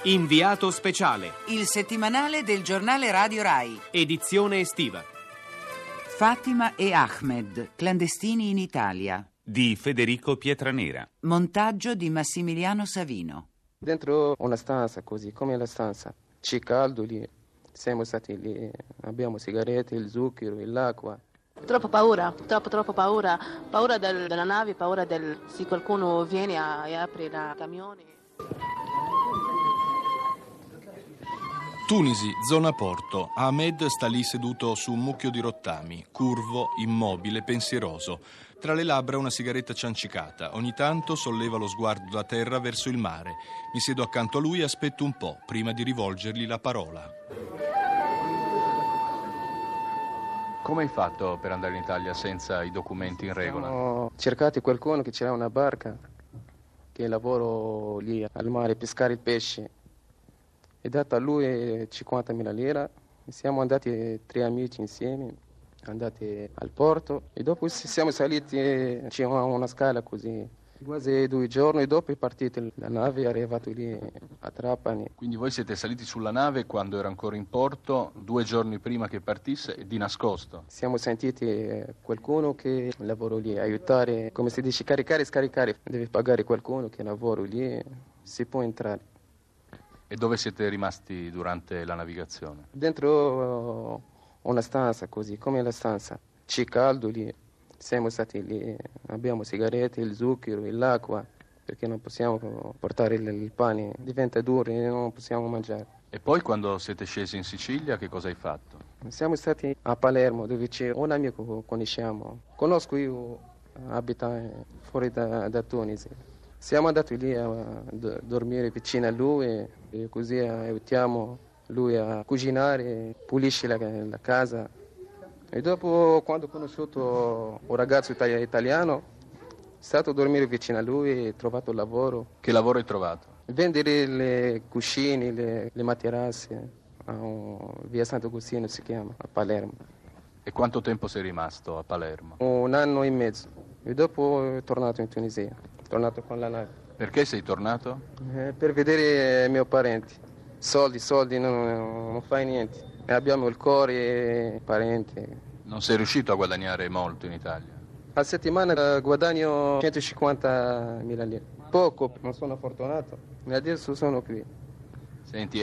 Inviato speciale. Il settimanale del giornale Radio Rai. Edizione estiva. Fatima e Ahmed, clandestini in Italia. Di Federico Pietranera. Montaggio di Massimiliano Savino. Dentro una stanza così, come la stanza. C'è caldo lì. Siamo stati lì. Abbiamo sigarette, il zucchero, l'acqua. Troppa paura, troppo paura. Paura della nave, paura se qualcuno viene e apre il camione. Tunisi, zona porto. Ahmed sta lì seduto su un mucchio di rottami, curvo, immobile, pensieroso. Tra le labbra una sigaretta ciancicata. Ogni tanto solleva lo sguardo da terra verso il mare. Mi siedo accanto a lui e aspetto un po' prima di rivolgergli la parola. Come hai fatto per andare in Italia senza i documenti in regola? Ho cercato qualcuno che c'era una barca che lavora lì al mare, pescare il pesce. È dato a lui 50.000 lire. Siamo andati 3 amici insieme, andati al porto e dopo siamo saliti, c'è una scala così, quasi 2 giorni dopo è partita la nave, è arrivato lì a Trapani. Quindi voi siete saliti sulla nave quando era ancora in porto, 2 giorni prima che partisse, di nascosto? Siamo sentiti qualcuno che lavora lì, aiutare, come si dice, caricare e scaricare. Deve pagare qualcuno che lavora lì, si può entrare. E dove siete rimasti durante la navigazione? Dentro una stanza così, come la stanza. C'è caldo lì, siamo stati lì, abbiamo sigarette, il zucchero, l'acqua, perché non possiamo portare il pane, diventa duro e non possiamo mangiare. E poi quando siete scesi in Sicilia che cosa hai fatto? Siamo stati a Palermo, dove c'è un amico che conosciamo. Conosco io, abita fuori da Tunisi. Siamo andati lì a dormire vicino a lui e così aiutiamo lui a cucinare, pulisce la casa. E dopo, quando ho conosciuto un ragazzo italiano, sono stato a dormire vicino a lui e ho trovato lavoro. Che lavoro hai trovato? Vendere le cuscine, le materassi, via Sant'Agostino si chiama, a Palermo. E quanto tempo sei rimasto a Palermo? 1 anno e mezzo. E dopo sono tornato in Tunisia, tornato con la nave. Perché sei tornato? Per vedere i miei parenti. Soldi, non fai niente. Abbiamo il cuore, parenti. Non sei riuscito a guadagnare molto in Italia? A settimana guadagno 150.000 lire. Poco, non sono fortunato. E adesso sono qui. Senti,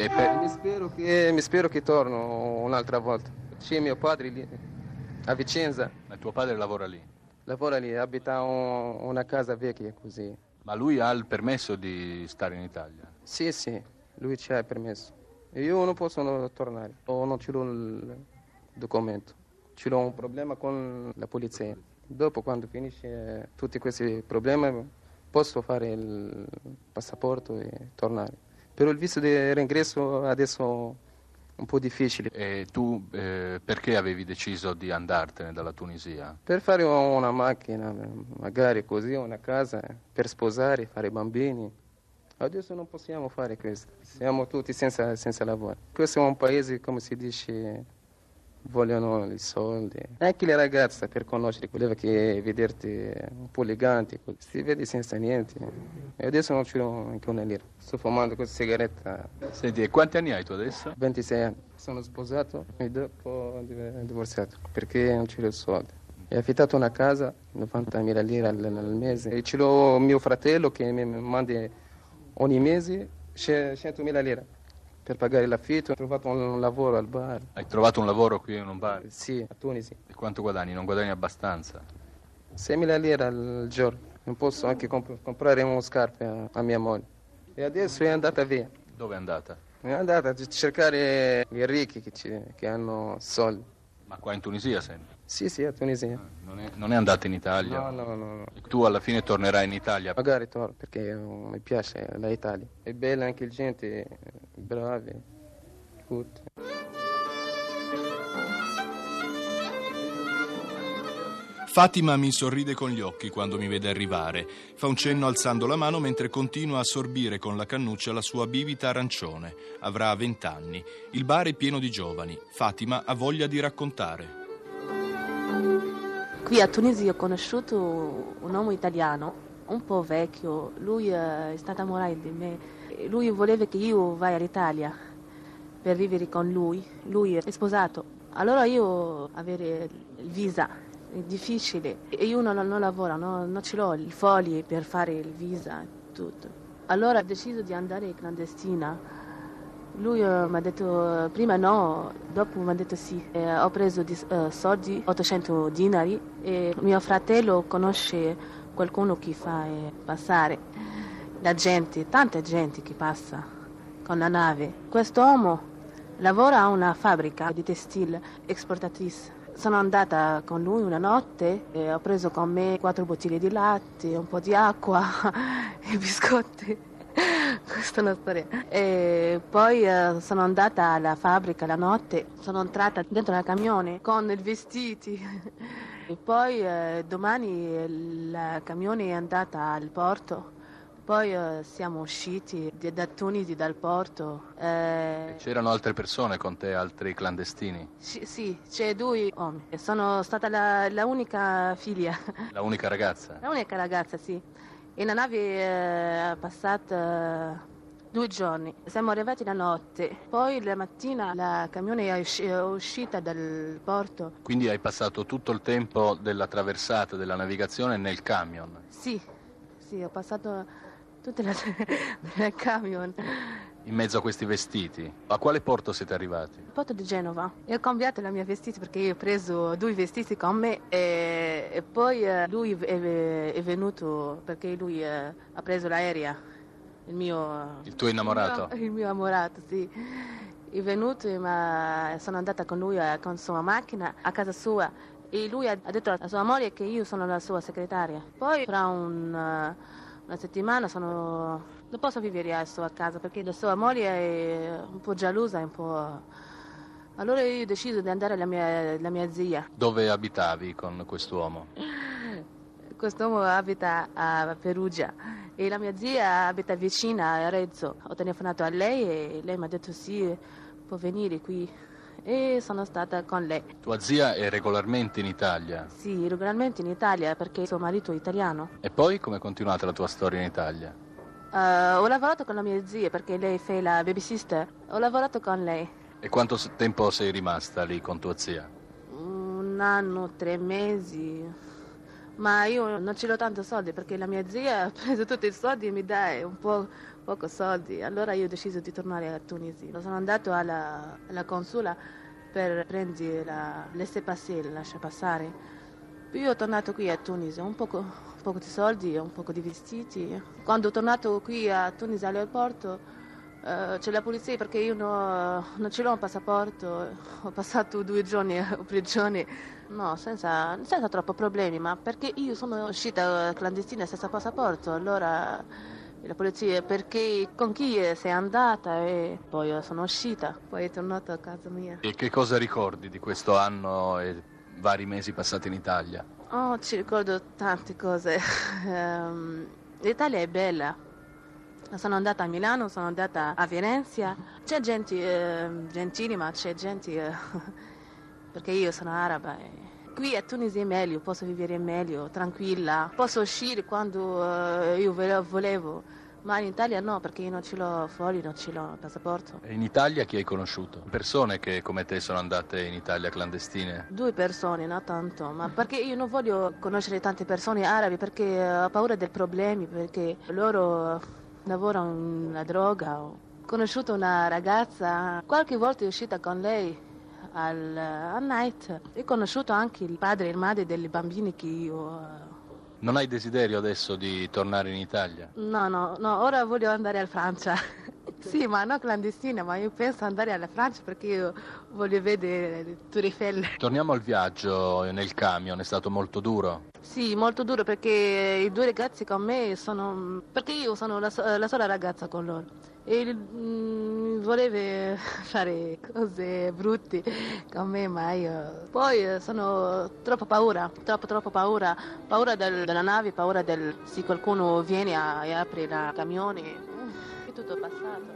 Mi spero che torno un'altra volta. C'è mio padre lì, a Vicenza. Ma tuo padre lavora lì? Lavora lì, abita una casa vecchia così. Ma lui ha il permesso di stare in Italia? Sì, lui c'ha il permesso. E io non posso tornare, o non ce l'ho il documento. Ce l'ho un problema con la polizia. Dopo, quando finisce tutti questi problemi, posso fare il passaporto e tornare. Però il visto di reingresso adesso è un po' difficile. E tu perché avevi deciso di andartene dalla Tunisia? Per fare una macchina, magari così, una casa, per sposare, fare bambini. Adesso non possiamo fare questo, siamo tutti senza lavoro. Questo è un paese, come si dice, vogliono i soldi. Anche le ragazze, per conoscere, voleva che vederti un po' elegante, si vede senza niente. E adesso non c'ho anche una lira. Sto fumando questa sigaretta. Senti, e quanti anni hai tu adesso? 26 anni. Sono sposato e dopo divorziato, perché non c'ho i soldi. Ho affittato una casa, 90.000 lire al mese. E ce l'ho mio fratello che mi manda ogni mese 100.000 lire per pagare l'affitto. Ho trovato un lavoro al bar. Hai trovato un lavoro qui in un bar? Sì, a Tunisi. E quanto guadagni? Non guadagni abbastanza? 6.000 lire al giorno. Non posso anche comprare uno scarpe a mia moglie. E adesso è andata via. Dove è andata? È andata a cercare i ricchi che hanno soldi. Ma qua in Tunisia sempre? Sì, a Tunisia. Non è andata in Italia? No. E tu alla fine tornerai in Italia? Magari torno, perché mi piace l'Italia. È bella anche la gente, bravi, tutti. Fatima mi sorride con gli occhi quando mi vede arrivare. Fa un cenno alzando la mano mentre continua a sorbire con la cannuccia la sua bibita arancione. Avrà 20 anni. Il bar è pieno di giovani. Fatima ha voglia di raccontare. Qui a Tunisi ho conosciuto un uomo italiano un po' vecchio, lui è stato innamorato di me, lui voleva che io vada all'Italia per vivere con lui è sposato, allora io avere il visa è difficile e io non lavoro, non ce l'ho i fogli per fare il visa e tutto, allora ho deciso di andare clandestina. Lui mi ha detto prima no, dopo mi ha detto sì. Ho preso soldi, 800 dinari, e mio fratello conosce qualcuno che fa passare la gente, tanta gente che passa con la nave. Quest'uomo lavora a una fabbrica di tessile esportatrice. Sono andata con lui una notte e ho preso con me 4 bottiglie di latte, un po' di acqua e biscotti. Questa è una storia. E poi sono andata alla fabbrica la notte, sono entrata dentro il camione con i vestiti. E poi domani il camione è andata al porto. Poi siamo usciti da Tunisi dal porto. E c'erano altre persone con te, altri clandestini? Sì, c'è 2 uomini. Sono stata la unica figlia. La unica ragazza? La unica ragazza, sì. E la nave è passata 2 giorni. Siamo arrivati la notte. Poi la mattina la camione è uscita dal porto. Quindi hai passato tutto il tempo della traversata, della navigazione nel camion? Sì, ho passato tutto nel camion. In mezzo a questi vestiti. A quale porto siete arrivati? Il porto di Genova. E ho cambiato la mia vestiti perché io ho preso 2 vestiti con me e poi lui è venuto perché lui ha preso l'aereo. Il tuo innamorato? Il mio innamorato, sì. È venuto ma sono andata con lui con sua macchina a casa sua e lui ha detto alla sua moglie che io sono la sua segretaria. Poi fra una settimana non posso vivere a sua casa perché la sua moglie è un po' gelosa, un po'. Allora io ho deciso di andare alla mia zia. Dove abitavi con quest'uomo? Quest'uomo abita a Perugia e la mia zia abita vicina a Arezzo. Ho telefonato a lei e lei mi ha detto sì, può venire qui e sono stata con lei. Tua zia è regolarmente in Italia? Sì, regolarmente in Italia perché suo marito è italiano. E poi come è continuata la tua storia in Italia? Ho lavorato con la mia zia perché lei fa la babysitter. Ho lavorato con lei. E quanto tempo sei rimasta lì con tua zia? 1 anno, 3 mesi. Ma io non ce l'ho tanto soldi perché la mia zia ha preso tutti i soldi e mi dà poco soldi. Allora io ho deciso di tornare a Tunisi. Sono andato alla consula per prendere l'essai-passer, lascia passare. Poi ho tornato qui a Tunisi, un poco di soldi e un poco di vestiti. Quando ho tornato qui a Tunisi all'aeroporto c'è la polizia perché io non ce l'ho un passaporto. Ho passato 2 giorni a prigione. No, senza troppi problemi, ma perché io sono uscita clandestina senza passaporto, allora la polizia, perché con chi sei andata e poi sono uscita, poi è tornata a casa mia. E che cosa ricordi di questo anno e vari mesi passati in Italia? Oh, ci ricordo tante cose. L'Italia è bella. Sono andata a Milano, sono andata a Venezia. C'è gente gentile, ma c'è gente perché io sono araba. Qui a Tunisi è meglio, posso vivere meglio, tranquilla. Posso uscire quando io volevo, ma in Italia no, perché io non ce l'ho fuori, non ce l'ho il passaporto. E in Italia chi hai conosciuto? Persone che come te sono andate in Italia clandestine? 2 persone, non tanto, ma perché io non voglio conoscere tante persone arabe, perché ho paura dei problemi, perché loro lavorano nella droga. Ho conosciuto una ragazza, qualche volta è uscita con lei al night. Ho conosciuto anche il padre e il madre dei bambini che io. Non hai desiderio adesso di tornare in Italia? No, ora voglio andare alla Francia. Sì, ma non clandestina, ma io penso andare alla Francia perché io voglio vedere il Tour Eiffel. Torniamo al viaggio nel camion, è stato molto duro? Sì, molto duro perché i 2 ragazzi con me perché io sono la sola ragazza con loro. E voleva fare cose brutte con me, ma io poi sono troppo paura della nave, paura se qualcuno viene e apre il camione, è tutto passato.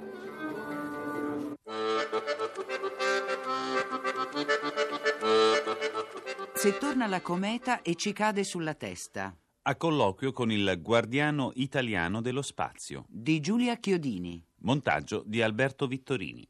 Se torna la cometa e ci cade sulla testa. A colloquio con il guardiano italiano dello spazio. Di Giulia Chiodini. Montaggio di Alberto Vittorini.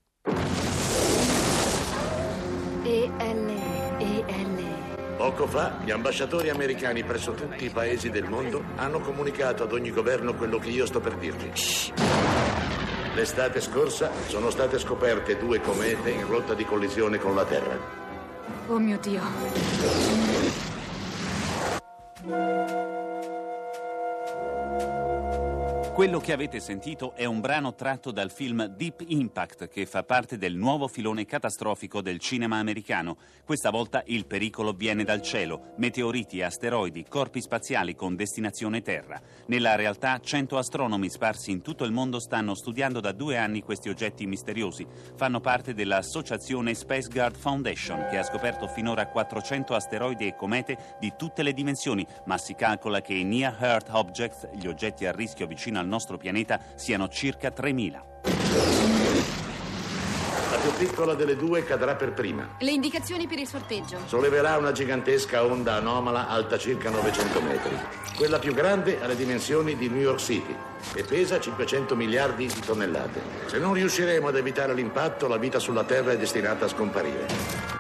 Poco fa gli ambasciatori americani presso tutti i paesi del mondo hanno comunicato ad ogni governo quello che io sto per dirvi. L'estate scorsa sono state scoperte 2 comete in rotta di collisione con la Terra. Oh mio Dio. Quello che avete sentito è un brano tratto dal film Deep Impact, che fa parte del nuovo filone catastrofico del cinema americano. Questa volta il pericolo viene dal cielo: meteoriti, asteroidi, corpi spaziali con destinazione Terra. Nella realtà 100 astronomi sparsi in tutto il mondo stanno studiando da 2 anni questi oggetti misteriosi. Fanno parte dell'associazione Space Guard Foundation, che ha scoperto finora 400 asteroidi e comete di tutte le dimensioni, ma si calcola che i Near Earth Objects, gli oggetti a rischio vicino al nostro pianeta, siano circa 3.000. La più piccola delle 2 cadrà per prima. Le indicazioni per il sorteggio. Solleverà una gigantesca onda anomala alta circa 900 metri. Quella più grande ha le dimensioni di New York City e pesa 500 miliardi di tonnellate. Se non riusciremo ad evitare l'impatto, la vita sulla Terra è destinata a scomparire.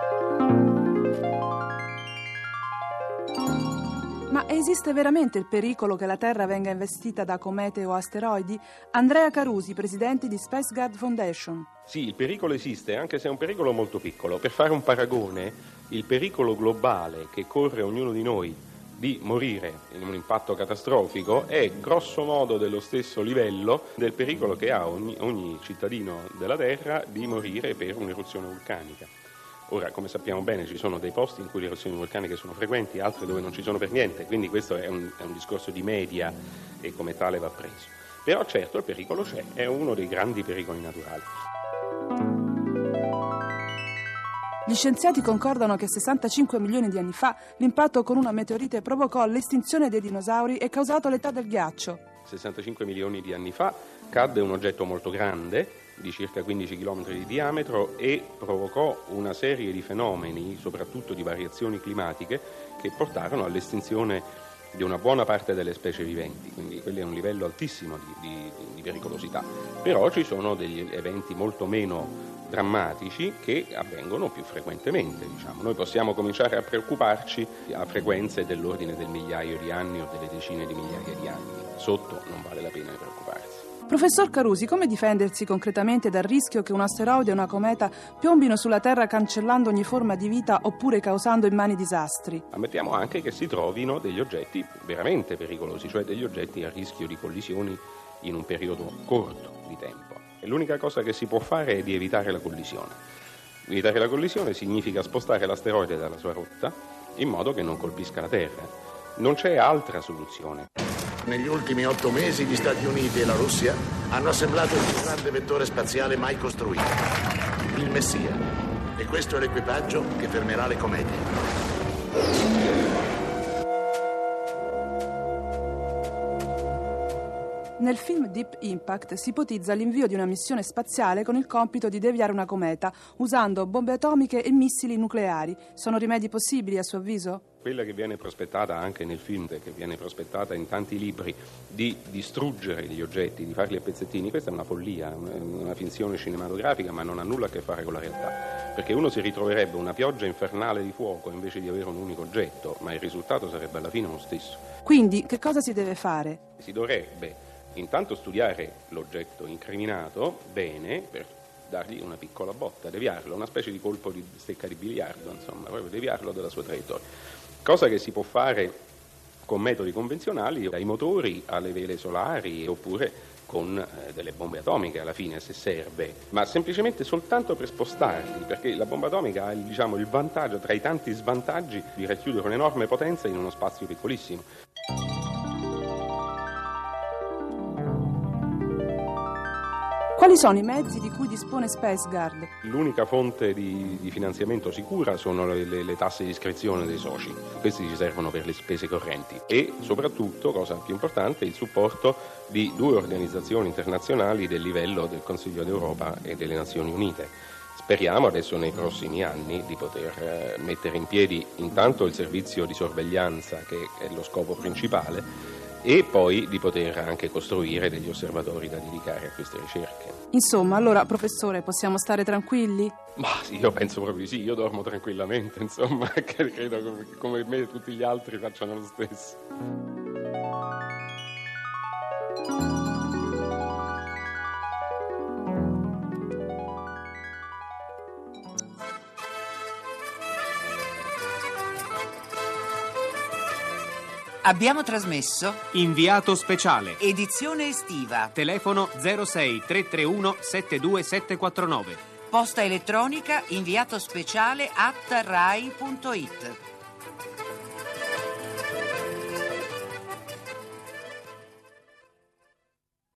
Ma esiste veramente il pericolo che la Terra venga investita da comete o asteroidi? Andrea Carusi, presidente di Space Guard Foundation. Sì, il pericolo esiste, anche se è un pericolo molto piccolo. Per fare un paragone, il pericolo globale che corre ognuno di noi di morire in un impatto catastrofico è grosso modo dello stesso livello del pericolo che ha ogni cittadino della Terra di morire per un'eruzione vulcanica. Ora, come sappiamo bene, ci sono dei posti in cui le eruzioni vulcaniche sono frequenti, altri dove non ci sono per niente, quindi questo è un discorso di media e come tale va preso. Però certo il pericolo c'è, è uno dei grandi pericoli naturali. Gli scienziati concordano che 65 milioni di anni fa l'impatto con una meteorite provocò l'estinzione dei dinosauri e causato l'età del ghiaccio. 65 milioni di anni fa cadde un oggetto molto grande, di circa 15 km di diametro, e provocò una serie di fenomeni, soprattutto di variazioni climatiche, che portarono all'estinzione di una buona parte delle specie viventi, quindi quello è un livello altissimo di pericolosità. Però ci sono degli eventi molto meno drammatici che avvengono più frequentemente, diciamo. Noi possiamo cominciare a preoccuparci a frequenze dell'ordine del migliaio di anni o delle decine di migliaia di anni. Sotto non vale la pena preoccuparsi. Professor Carusi, come difendersi concretamente dal rischio che un asteroide o una cometa piombino sulla Terra cancellando ogni forma di vita oppure causando immani disastri? Ammettiamo anche che si trovino degli oggetti veramente pericolosi, cioè degli oggetti a rischio di collisioni in un periodo corto di tempo. E l'unica cosa che si può fare è di evitare la collisione. Evitare la collisione significa spostare l'asteroide dalla sua rotta in modo che non colpisca la Terra. Non c'è altra soluzione. Negli ultimi 8 mesi gli Stati Uniti e la Russia hanno assemblato il più grande vettore spaziale mai costruito, il Messia. E questo è l'equipaggio che fermerà le comete. Nel film Deep Impact si ipotizza l'invio di una missione spaziale con il compito di deviare una cometa usando bombe atomiche e missili nucleari. Sono rimedi possibili a suo avviso? Quella che viene prospettata anche nel film, che viene prospettata in tanti libri, di distruggere gli oggetti, di farli a pezzettini, questa è una follia, una finzione cinematografica, ma non ha nulla a che fare con la realtà, perché uno si ritroverebbe una pioggia infernale di fuoco invece di avere un unico oggetto, ma il risultato sarebbe alla fine lo stesso. Quindi che cosa si deve fare? Si dovrebbe intanto studiare l'oggetto incriminato bene per dargli una piccola botta, deviarlo, una specie di colpo di stecca di biliardo, insomma, proprio deviarlo dalla sua traiettoria. Cosa che si può fare con metodi convenzionali, dai motori alle vele solari oppure con delle bombe atomiche alla fine, se serve, ma semplicemente soltanto per spostarli, perché la bomba atomica ha il vantaggio tra i tanti svantaggi di racchiudere un'enorme potenza in uno spazio piccolissimo. Quali sono i mezzi di cui dispone Space Guard? L'unica fonte di finanziamento sicura sono le tasse di iscrizione dei soci. Questi ci servono per le spese correnti e soprattutto, cosa più importante, il supporto di 2 organizzazioni internazionali del livello del Consiglio d'Europa e delle Nazioni Unite. Speriamo adesso nei prossimi anni di poter mettere in piedi intanto il servizio di sorveglianza, che è lo scopo principale, e poi di poter anche costruire degli osservatori da dedicare a queste ricerche. Insomma, allora, professore, possiamo stare tranquilli? Ma io penso proprio di sì, io dormo tranquillamente, insomma, che credo come me tutti gli altri facciano lo stesso. Abbiamo trasmesso Inviato speciale. edizione estiva. Telefono 06 331 72749. Posta elettronica inviato speciale @rai.it.